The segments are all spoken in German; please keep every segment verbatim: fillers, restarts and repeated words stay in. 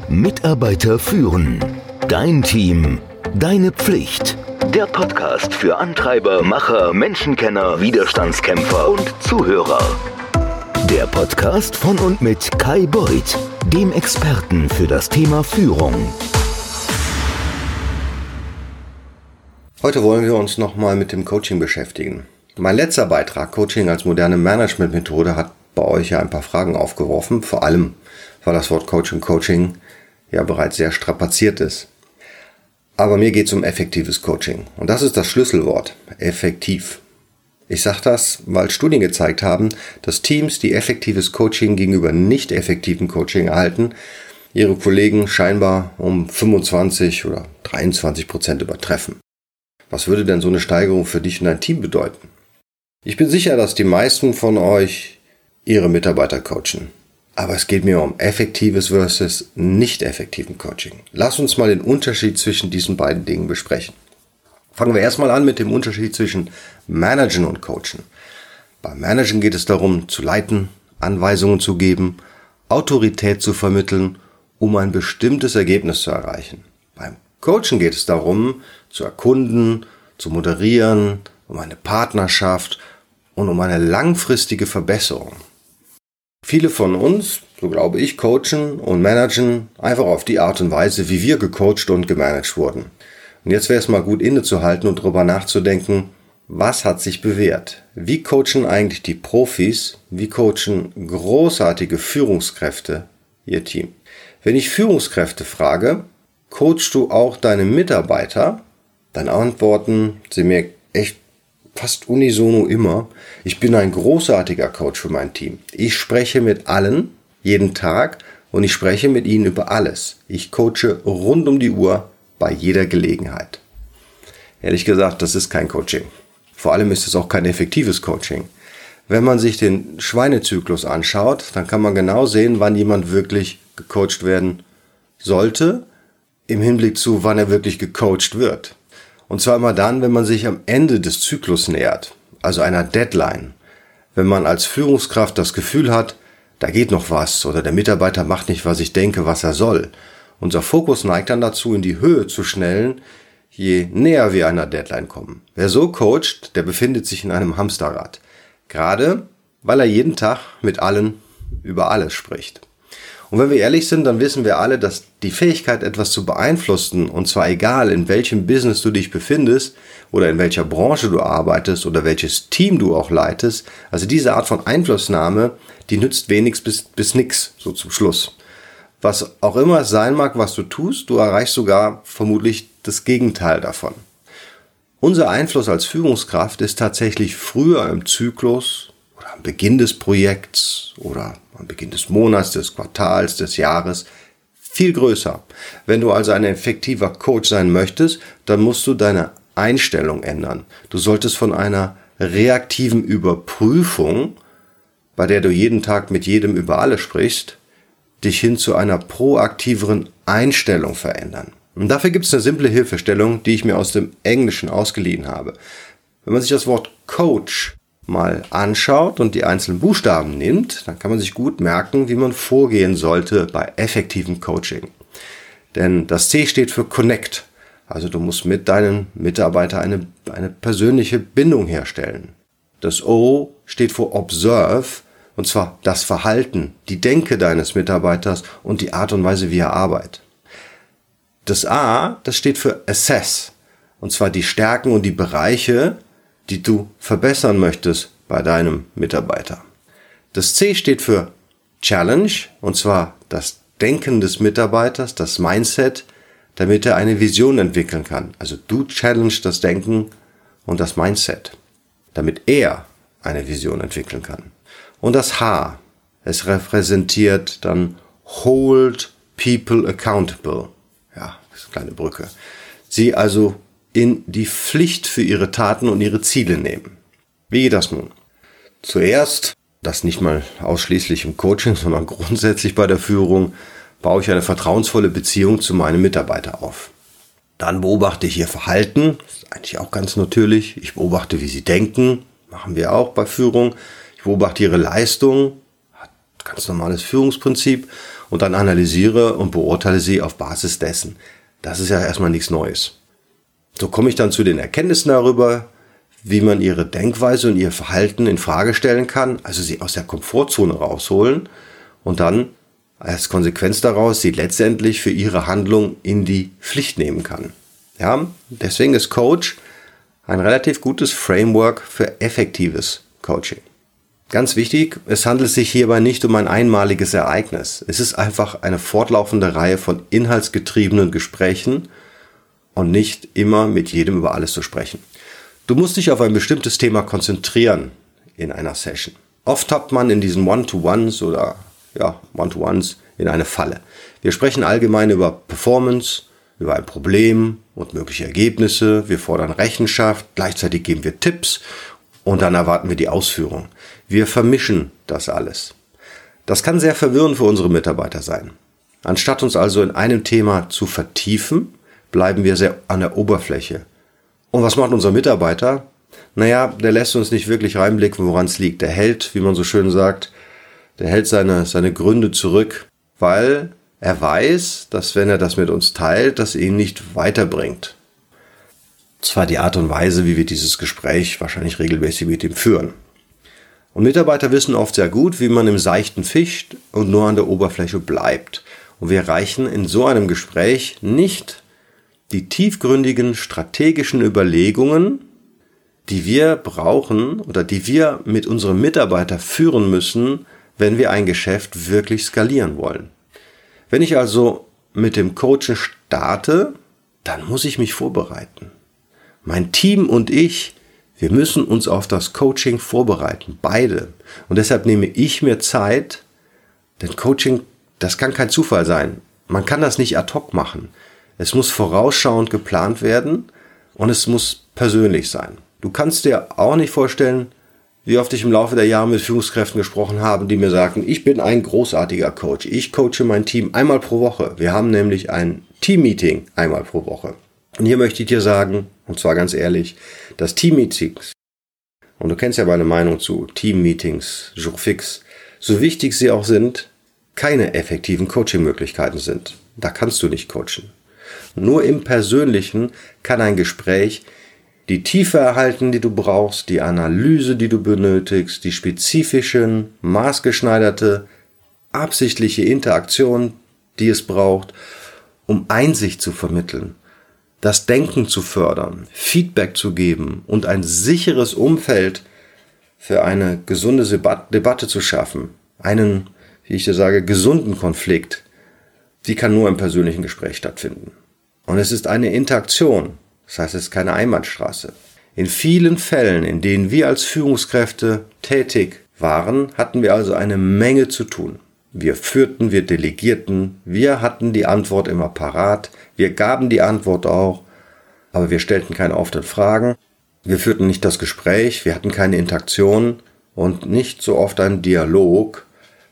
Mitarbeiter führen. Dein Team. Deine Pflicht. Der Podcast für Antreiber, Macher, Menschenkenner, Widerstandskämpfer und Zuhörer. Der Podcast von und mit Kai Beuth, dem Experten für das Thema Führung. Heute wollen wir uns nochmal mit dem Coaching beschäftigen. Mein letzter Beitrag, Coaching als moderne Managementmethode, hat bei euch ja ein paar Fragen aufgeworfen, vor allem, weil das Wort Coach und Coaching ja bereits sehr strapaziert ist. Aber mir geht es um effektives Coaching. Und das ist das Schlüsselwort, effektiv. Ich sage das, weil Studien gezeigt haben, dass Teams, die effektives Coaching gegenüber nicht effektiven Coaching erhalten, ihre Kollegen scheinbar um fünfundzwanzig oder dreiundzwanzig Prozent übertreffen. Was würde denn so eine Steigerung für dich und dein Team bedeuten? Ich bin sicher, dass die meisten von euch ihre Mitarbeiter coachen. Aber es geht mir um effektives versus nicht effektiven Coaching. Lass uns mal den Unterschied zwischen diesen beiden Dingen besprechen. Fangen wir erstmal an mit dem Unterschied zwischen Managen und Coachen. Beim Managen geht es darum, zu leiten, Anweisungen zu geben, Autorität zu vermitteln, um ein bestimmtes Ergebnis zu erreichen. Beim Coachen geht es darum, zu erkunden, zu moderieren, um eine Partnerschaft und um eine langfristige Verbesserung. Viele von uns, so glaube ich, coachen und managen einfach auf die Art und Weise, wie wir gecoacht und gemanagt wurden. Und jetzt wäre es mal gut innezuhalten und darüber nachzudenken, was hat sich bewährt? Wie coachen eigentlich die Profis? Wie coachen großartige Führungskräfte ihr Team? Wenn ich Führungskräfte frage, coachst du auch deine Mitarbeiter? Dann antworten sie mir echt fast unisono immer: Ich bin ein großartiger Coach für mein Team. Ich spreche mit allen, jeden Tag, und ich spreche mit ihnen über alles. Ich coache rund um die Uhr, bei jeder Gelegenheit. Ehrlich gesagt, das ist kein Coaching. Vor allem ist es auch kein effektives Coaching. Wenn man sich den Schweinezyklus anschaut, dann kann man genau sehen, wann jemand wirklich gecoacht werden sollte, im Hinblick zu, wann er wirklich gecoacht wird. Und zwar immer dann, wenn man sich am Ende des Zyklus nähert, also einer Deadline. Wenn man als Führungskraft das Gefühl hat, da geht noch was oder der Mitarbeiter macht nicht, was ich denke, was er soll. Unser Fokus neigt dann dazu, in die Höhe zu schnellen, je näher wir einer Deadline kommen. Wer so coacht, der befindet sich in einem Hamsterrad. Gerade, weil er jeden Tag mit allen über alles spricht. Und wenn wir ehrlich sind, dann wissen wir alle, dass die Fähigkeit, etwas zu beeinflussen, und zwar egal, in welchem Business du dich befindest oder in welcher Branche du arbeitest oder welches Team du auch leitest, also diese Art von Einflussnahme, die nützt wenig bis, bis nix, so zum Schluss. Was auch immer es sein mag, was du tust, du erreichst sogar vermutlich das Gegenteil davon. Unser Einfluss als Führungskraft ist tatsächlich früher im Zyklus oder am Beginn des Projekts oder am Beginn des Monats, des Quartals, des Jahres viel größer. Wenn du also ein effektiver Coach sein möchtest, dann musst du deine Einstellung ändern. Du solltest von einer reaktiven Überprüfung, bei der du jeden Tag mit jedem über alles sprichst, dich hin zu einer proaktiveren Einstellung verändern. Und dafür gibt es eine simple Hilfestellung, die ich mir aus dem Englischen ausgeliehen habe. Wenn man sich das Wort Coach mal anschaut und die einzelnen Buchstaben nimmt, dann kann man sich gut merken, wie man vorgehen sollte bei effektivem Coaching. Denn das C steht für Connect. Also du musst mit deinen Mitarbeitern eine, eine persönliche Bindung herstellen. Das O steht für Observe, und zwar das Verhalten, die Denke deines Mitarbeiters und die Art und Weise, wie er arbeitet. Das A, das steht für Assess, und zwar die Stärken und die Bereiche, die du verbessern möchtest bei deinem Mitarbeiter. Das C steht für Challenge, und zwar das Denken des Mitarbeiters, das Mindset, damit er eine Vision entwickeln kann. Also du challenge das Denken und das Mindset, damit er eine Vision entwickeln kann. Und das H, es repräsentiert dann Hold People Accountable. Ja, das ist eine kleine Brücke. Sie also in die Pflicht für ihre Taten und ihre Ziele nehmen. Wie geht das nun? Zuerst, das nicht mal ausschließlich im Coaching, sondern grundsätzlich bei der Führung, baue ich eine vertrauensvolle Beziehung zu meinem Mitarbeiter auf. Dann beobachte ich ihr Verhalten, das ist eigentlich auch ganz natürlich. Ich beobachte, wie sie denken, machen wir auch bei Führung. Ich beobachte ihre Leistung, ganz normales Führungsprinzip. und dann analysiere und beurteile sie auf Basis dessen. Das ist ja erstmal nichts Neues. So komme ich dann zu den Erkenntnissen darüber, wie man ihre Denkweise und ihr Verhalten in Frage stellen kann, also sie aus der Komfortzone rausholen und dann als Konsequenz daraus sie letztendlich für ihre Handlung in die Pflicht nehmen kann. Ja, deswegen ist Coach ein relativ gutes Framework für effektives Coaching. Ganz wichtig, es handelt sich hierbei nicht um ein einmaliges Ereignis. Es ist einfach eine fortlaufende Reihe von inhaltsgetriebenen Gesprächen und nicht immer mit jedem über alles zu sprechen. Du musst dich auf ein bestimmtes Thema konzentrieren in einer Session. Oft tappt man in diesen One-to-Ones oder ja, One-to-Ones in eine Falle. Wir sprechen allgemein über Performance, über ein Problem und mögliche Ergebnisse. Wir fordern Rechenschaft, gleichzeitig geben wir Tipps und dann erwarten wir die Ausführung. Wir vermischen das alles. Das kann sehr verwirrend für unsere Mitarbeiter sein. Anstatt uns also in einem Thema zu vertiefen, bleiben wir sehr an der Oberfläche. Und was macht unser Mitarbeiter? Naja, der lässt uns nicht wirklich reinblicken, woran es liegt. Der hält, wie man so schön sagt, der hält seine, seine Gründe zurück, weil er weiß, dass wenn er das mit uns teilt, das ihn nicht weiterbringt. Zwar die Art und Weise, wie wir dieses Gespräch wahrscheinlich regelmäßig mit ihm führen. Und Mitarbeiter wissen oft sehr gut, wie man im Seichten fischt und nur an der Oberfläche bleibt. Und wir erreichen in so einem Gespräch nicht die tiefgründigen strategischen Überlegungen, die wir brauchen oder die wir mit unserem Mitarbeiter führen müssen, wenn wir ein Geschäft wirklich skalieren wollen. Wenn ich also mit dem Coaching starte, dann muss ich mich vorbereiten. Mein Team und ich, wir müssen uns auf das Coaching vorbereiten, beide. Und deshalb nehme ich mir Zeit, denn Coaching, das kann kein Zufall sein. Man kann das nicht ad hoc machen. Es muss vorausschauend geplant werden und es muss persönlich sein. Du kannst dir auch nicht vorstellen, wie oft ich im Laufe der Jahre mit Führungskräften gesprochen habe, die mir sagten, ich bin ein großartiger Coach. Ich coache mein Team einmal pro Woche. Wir haben nämlich ein Team-Meeting einmal pro Woche. Und hier möchte ich dir sagen, und zwar ganz ehrlich, dass Team-Meetings, und du kennst ja meine Meinung zu Team-Meetings, jour fix, so wichtig sie auch sind, keine effektiven Coaching-Möglichkeiten sind. Da kannst du nicht coachen. Nur im Persönlichen kann ein Gespräch die Tiefe erhalten, die du brauchst, die Analyse, die du benötigst, die spezifischen, maßgeschneiderte, absichtliche Interaktion, die es braucht, um Einsicht zu vermitteln, das Denken zu fördern, Feedback zu geben und ein sicheres Umfeld für eine gesunde Debatte zu schaffen, einen, wie ich dir sage, gesunden Konflikt, die kann nur im persönlichen Gespräch stattfinden. Und es ist eine Interaktion, das heißt, es ist keine Einbahnstraße. In vielen Fällen, in denen wir als Führungskräfte tätig waren, hatten wir also eine Menge zu tun. Wir führten, wir delegierten, wir hatten die Antwort immer parat, wir gaben die Antwort auch, aber wir stellten keine offenen Fragen, wir führten nicht das Gespräch, wir hatten keine Interaktion und nicht so oft einen Dialog,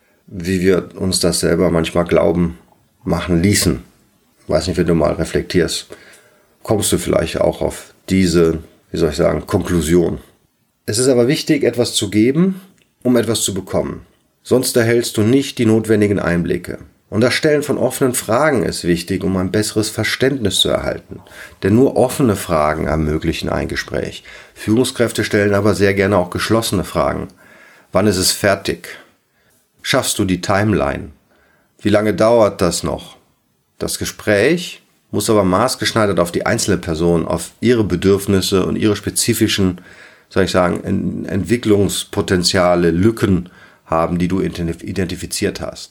wie wir uns das selber manchmal glauben machen ließen. Ich weiß nicht, wenn du mal reflektierst, kommst du vielleicht auch auf diese, wie soll ich sagen, Konklusion. Es ist aber wichtig, etwas zu geben, um etwas zu bekommen. Sonst erhältst du nicht die notwendigen Einblicke. Und das Stellen von offenen Fragen ist wichtig, um ein besseres Verständnis zu erhalten. Denn nur offene Fragen ermöglichen ein Gespräch. Führungskräfte stellen aber sehr gerne auch geschlossene Fragen. Wann ist es fertig? Schaffst du die Timeline? Wie lange dauert das noch? Das Gespräch muss aber maßgeschneidert auf die einzelne Person, auf ihre Bedürfnisse und ihre spezifischen, soll ich sagen, Entwicklungspotenziale, Lücken haben, die du identifiziert hast.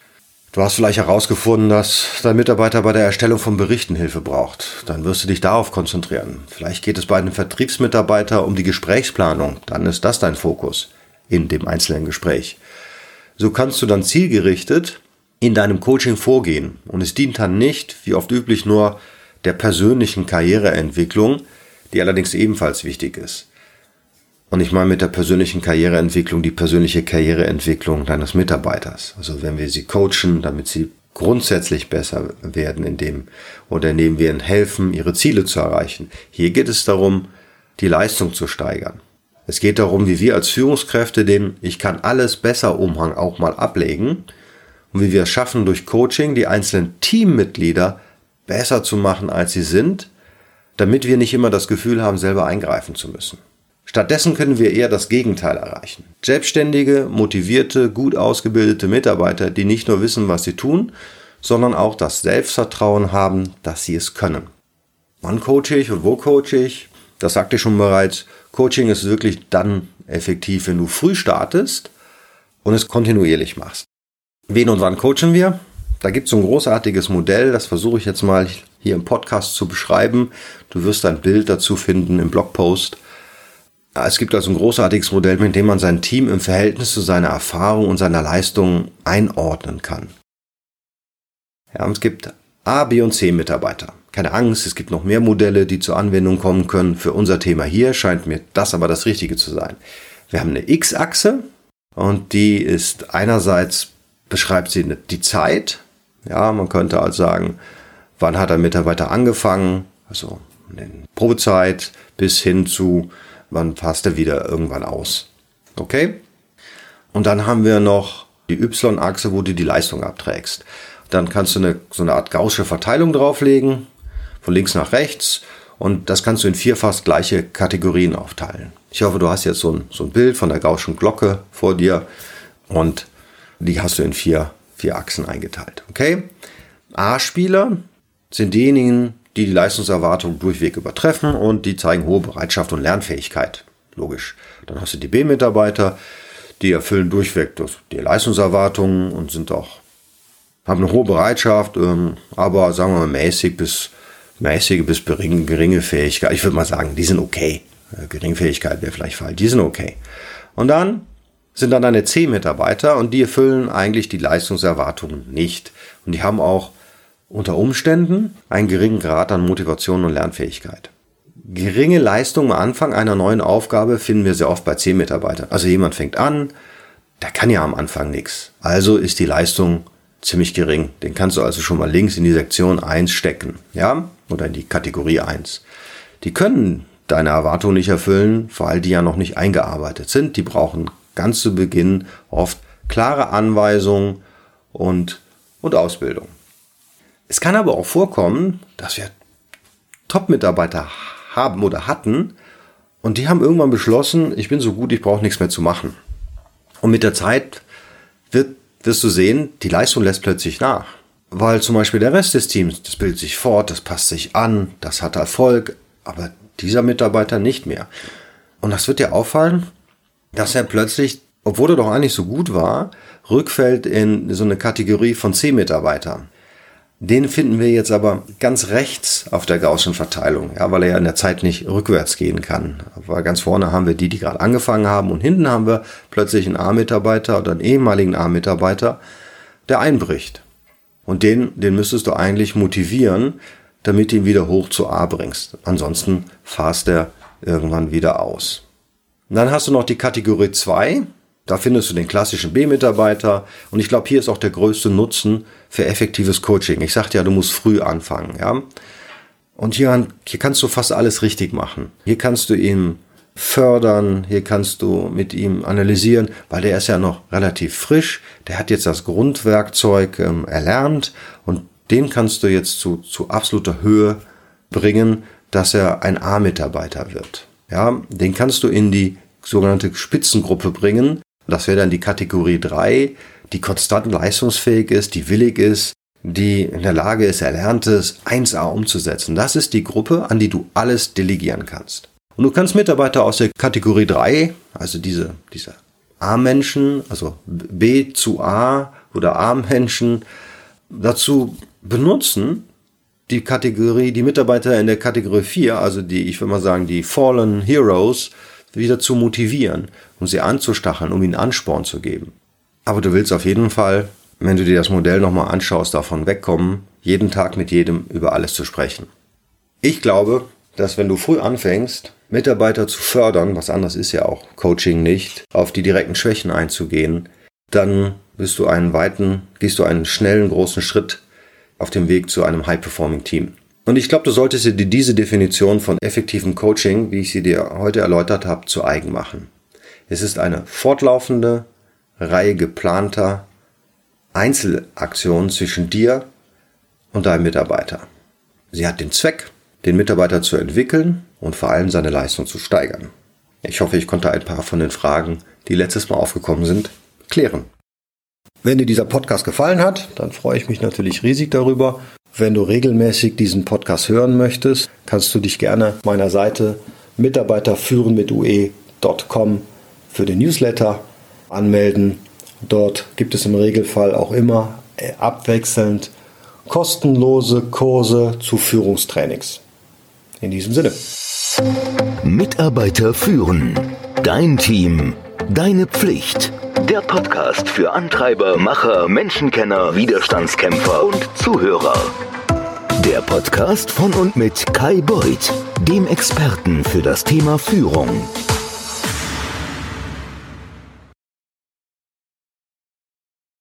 Du hast vielleicht herausgefunden, dass dein Mitarbeiter bei der Erstellung von Berichten Hilfe braucht. Dann wirst du dich darauf konzentrieren. Vielleicht geht es bei einem Vertriebsmitarbeiter um die Gesprächsplanung. Dann ist das dein Fokus in dem einzelnen Gespräch. So kannst du dann zielgerichtet in deinem Coaching vorgehen. Und es dient dann nicht, wie oft üblich, nur der persönlichen Karriereentwicklung, die allerdings ebenfalls wichtig ist. Und ich meine mit der persönlichen Karriereentwicklung die persönliche Karriereentwicklung deines Mitarbeiters. Also wenn wir sie coachen, damit sie grundsätzlich besser werden, indem oder indem wir ihnen helfen, ihre Ziele zu erreichen. Hier geht es darum, die Leistung zu steigern. Es geht darum, wie wir als Führungskräfte den Ich kann alles besser Umhang auch mal ablegen und wie wir es schaffen, durch Coaching die einzelnen Teammitglieder besser zu machen, als sie sind, damit wir nicht immer das Gefühl haben, selber eingreifen zu müssen. Stattdessen können wir eher das Gegenteil erreichen. Selbstständige, motivierte, gut ausgebildete Mitarbeiter, die nicht nur wissen, was sie tun, sondern auch das Selbstvertrauen haben, dass sie es können. Wann coache ich und wo coache ich? Das sagte ich schon bereits. Coaching ist wirklich dann effektiv, wenn du früh startest und es kontinuierlich machst. Wen und wann coachen wir? Da gibt es so ein großartiges Modell, das versuche ich jetzt mal hier im Podcast zu beschreiben. Du wirst ein Bild dazu finden im Blogpost. Es gibt also ein großartiges Modell, mit dem man sein Team im Verhältnis zu seiner Erfahrung und seiner Leistung einordnen kann. Ja, und es gibt A, B und C Mitarbeiter. Keine Angst, es gibt noch mehr Modelle, die zur Anwendung kommen können. Für unser Thema hier scheint mir das aber das Richtige zu sein. Wir haben eine X-Achse und die ist einerseits, beschreibt sie die Zeit. Ja, man könnte also sagen, wann hat ein Mitarbeiter angefangen, also in Probezeit bis hin zu, wann passt er wieder irgendwann aus. Okay? Und dann haben wir noch die Y-Achse, wo du die Leistung abträgst. Dann kannst du eine, so eine Art gaußsche Verteilung drauflegen, von links nach rechts. Und das kannst du in vier fast gleiche Kategorien aufteilen. Ich hoffe, du hast jetzt so ein, so ein Bild von der gaußschen Glocke vor dir. Und die hast du in vier, vier Achsen eingeteilt. Okay? A-Spieler sind diejenigen, die die Leistungserwartung durchweg übertreffen und die zeigen hohe Bereitschaft und Lernfähigkeit. Logisch. Dann hast du die B-Mitarbeiter, die erfüllen durchweg die Leistungserwartungen und sind auch, haben eine hohe Bereitschaft, aber sagen wir mal mäßig bis mäßige bis geringe Fähigkeit. Ich würde mal sagen, die sind okay. Geringfähigkeit wäre vielleicht falsch. Die sind okay. Und dann sind dann deine C-Mitarbeiter und die erfüllen eigentlich die Leistungserwartungen nicht. Und die haben auch unter Umständen einen geringen Grad an Motivation und Lernfähigkeit. Geringe Leistung am Anfang einer neuen Aufgabe finden wir sehr oft bei C-Mitarbeitern. Also jemand fängt an, der kann ja am Anfang nichts. Also ist die Leistung ziemlich gering. Den kannst du also schon mal links in die Sektion eins stecken, ja, oder in die Kategorie eins. Die können deine Erwartungen nicht erfüllen, weil die ja noch nicht eingearbeitet sind. Die brauchen ganz zu Beginn oft klare Anweisungen und, und Ausbildung. Es kann aber auch vorkommen, dass wir Top-Mitarbeiter haben oder hatten und die haben irgendwann beschlossen, ich bin so gut, ich brauche nichts mehr zu machen. Und mit der Zeit wird, wirst du sehen, die Leistung lässt plötzlich nach. Weil zum Beispiel der Rest des Teams, das bildet sich fort, das passt sich an, das hat Erfolg, aber dieser Mitarbeiter nicht mehr. Und das wird dir auffallen, dass er plötzlich, obwohl er doch eigentlich so gut war, rückfällt in so eine Kategorie von C-Mitarbeitern. Den finden wir jetzt aber ganz rechts auf der gaußschen Verteilung, ja, weil er ja in der Zeit nicht rückwärts gehen kann. Weil ganz vorne haben wir die, die gerade angefangen haben und hinten haben wir plötzlich einen A-Mitarbeiter oder einen ehemaligen A-Mitarbeiter, der einbricht. Und den, den müsstest du eigentlich motivieren, damit du ihn wieder hoch zu A bringst. Ansonsten fahrst er irgendwann wieder aus. Und dann hast du noch die Kategorie zwei. Da findest du den klassischen B-Mitarbeiter. Und ich glaube, hier ist auch der größte Nutzen für effektives Coaching. Ich sagte ja, du musst früh anfangen. Ja? Und hier, hier kannst du fast alles richtig machen. Hier kannst du ihn fördern, hier kannst du mit ihm analysieren, weil der ist ja noch relativ frisch. Der hat jetzt das Grundwerkzeug ähm, erlernt und den kannst du jetzt zu, zu absoluter Höhe bringen, dass er ein A-Mitarbeiter wird. Ja, den kannst du in die sogenannte Spitzengruppe bringen. Das wäre dann die Kategorie drei, die konstant leistungsfähig ist, die willig ist, die in der Lage ist, Erlerntes eins A umzusetzen. Das ist die Gruppe, an die du alles delegieren kannst. Und du kannst Mitarbeiter aus der Kategorie drei, also diese, diese A-Menschen, also B zu A oder A-Menschen, dazu benutzen, die Kategorie, die Mitarbeiter in der Kategorie vier, also die, ich würde mal sagen, die Fallen Heroes, wieder zu motivieren, um sie anzustacheln, um ihnen Ansporn zu geben. Aber du willst auf jeden Fall, wenn du dir das Modell nochmal anschaust, davon wegkommen, jeden Tag mit jedem über alles zu sprechen. Ich glaube, dass wenn du früh anfängst, Mitarbeiter zu fördern, was anderes ist ja auch Coaching nicht, auf die direkten Schwächen einzugehen, dann bist du einen weiten, gehst du einen schnellen, großen Schritt auf dem Weg zu einem High-Performing-Team. Und ich glaube, du solltest dir diese Definition von effektivem Coaching, wie ich sie dir heute erläutert habe, zu eigen machen. Es ist eine fortlaufende Reihe geplanter Einzelaktion zwischen dir und deinem Mitarbeiter. Sie hat den Zweck, den Mitarbeiter zu entwickeln und vor allem seine Leistung zu steigern. Ich hoffe, ich konnte ein paar von den Fragen, die letztes Mal aufgekommen sind, klären. Wenn dir dieser Podcast gefallen hat, dann freue ich mich natürlich riesig darüber. Wenn du regelmäßig diesen Podcast hören möchtest, kannst du dich gerne meiner Seite mitarbeiterführen mit ue punkt com für den Newsletter anmelden. Dort gibt es im Regelfall auch immer abwechselnd kostenlose Kurse zu Führungstrainings. In diesem Sinne. Mitarbeiter führen. Dein Team. Deine Pflicht. Der Podcast für Antreiber, Macher, Menschenkenner, Widerstandskämpfer und Zuhörer. Der Podcast von und mit Kai Beuth, dem Experten für das Thema Führung.